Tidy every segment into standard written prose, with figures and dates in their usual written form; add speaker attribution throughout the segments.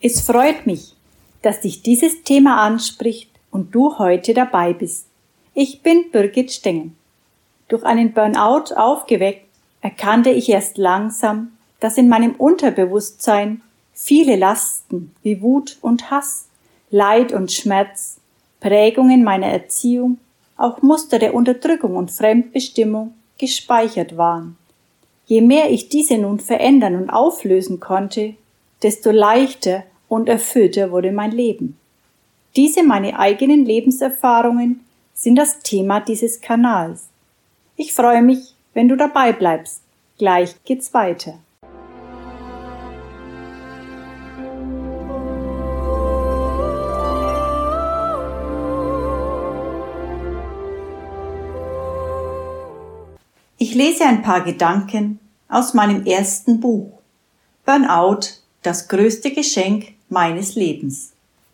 Speaker 1: Es freut mich, dass dich dieses Thema anspricht und du heute dabei bist. Ich bin Birgit Stengel. Durch einen Burnout aufgeweckt, erkannte ich erst langsam, dass in meinem Unterbewusstsein viele Lasten wie Wut und Hass, Leid und Schmerz, Prägungen meiner Erziehung, auch Muster der Unterdrückung und Fremdbestimmung gespeichert waren. Je mehr ich diese nun verändern und auflösen konnte, desto leichter und erfüllter wurde mein Leben. Diese meine eigenen Lebenserfahrungen sind das Thema dieses Kanals. Ich freue mich, wenn du dabei bleibst. Gleich geht's weiter. Ich lese ein paar Gedanken aus meinem ersten Buch Burnout, das größte Geschenk meines Lebens.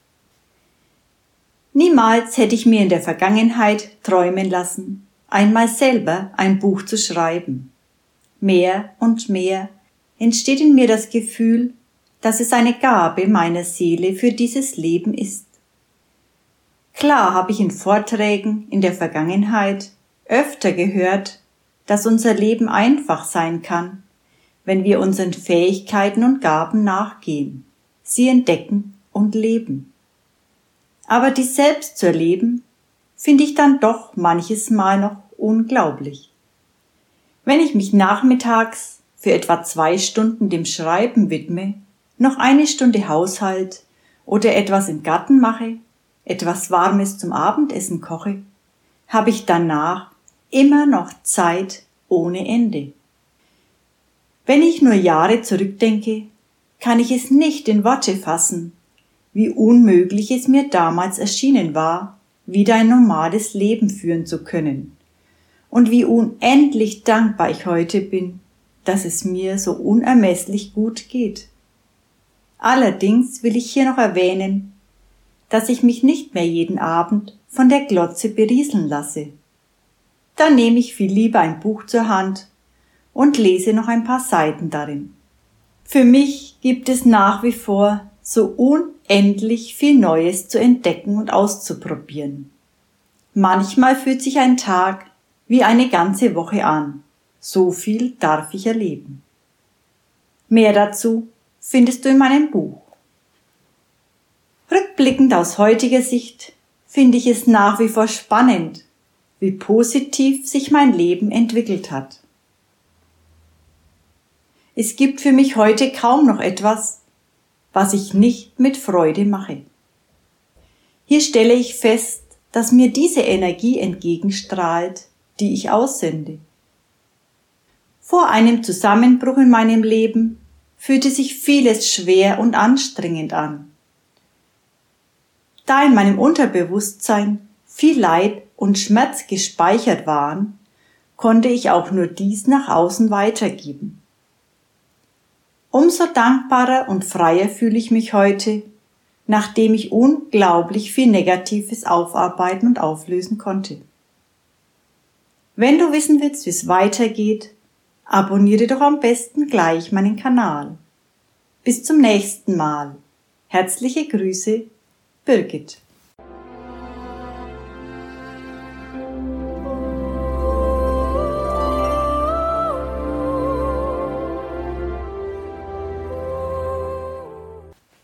Speaker 1: Niemals hätte ich mir in der Vergangenheit träumen lassen, einmal selber ein Buch zu schreiben. Mehr und mehr entsteht in mir das Gefühl, dass es eine Gabe meiner Seele für dieses Leben ist. Klar habe ich in Vorträgen in der Vergangenheit öfter gehört, dass unser Leben einfach sein kann, wenn wir unseren Fähigkeiten und Gaben nachgehen, sie entdecken und leben. Aber dies selbst zu erleben, finde ich dann doch manches Mal noch unglaublich. Wenn ich mich nachmittags für etwa 2 Stunden dem Schreiben widme, noch 1 Stunde Haushalt oder etwas im Garten mache, etwas Warmes zum Abendessen koche, habe ich danach immer noch Zeit ohne Ende. Wenn ich nur Jahre zurückdenke, kann ich es nicht in Worte fassen, wie unmöglich es mir damals erschienen war, wieder ein normales Leben führen zu können und wie unendlich dankbar ich heute bin, dass es mir so unermesslich gut geht. Allerdings will ich hier noch erwähnen, dass ich mich nicht mehr jeden Abend von der Glotze berieseln lasse. Dann nehme ich viel lieber ein Buch zur Hand und lese noch ein paar Seiten darin. Für mich gibt es nach wie vor so unendlich viel Neues zu entdecken und auszuprobieren. Manchmal fühlt sich ein Tag wie eine ganze Woche an. So viel darf ich erleben. Mehr dazu findest du in meinem Buch. Rückblickend aus heutiger Sicht finde ich es nach wie vor spannend, wie positiv sich mein Leben entwickelt hat. Es gibt für mich heute kaum noch etwas, was ich nicht mit Freude mache. Hier stelle ich fest, dass mir diese Energie entgegenstrahlt, die ich aussende. Vor einem Zusammenbruch in meinem Leben fühlte sich vieles schwer und anstrengend an. Da in meinem Unterbewusstsein viel Leid und Schmerz gespeichert waren, konnte ich auch nur dies nach außen weitergeben. Umso dankbarer und freier fühle ich mich heute, nachdem ich unglaublich viel Negatives aufarbeiten und auflösen konnte. Wenn du wissen willst, wie es weitergeht, abonniere doch am besten gleich meinen Kanal. Bis zum nächsten Mal. Herzliche Grüße, Birgit.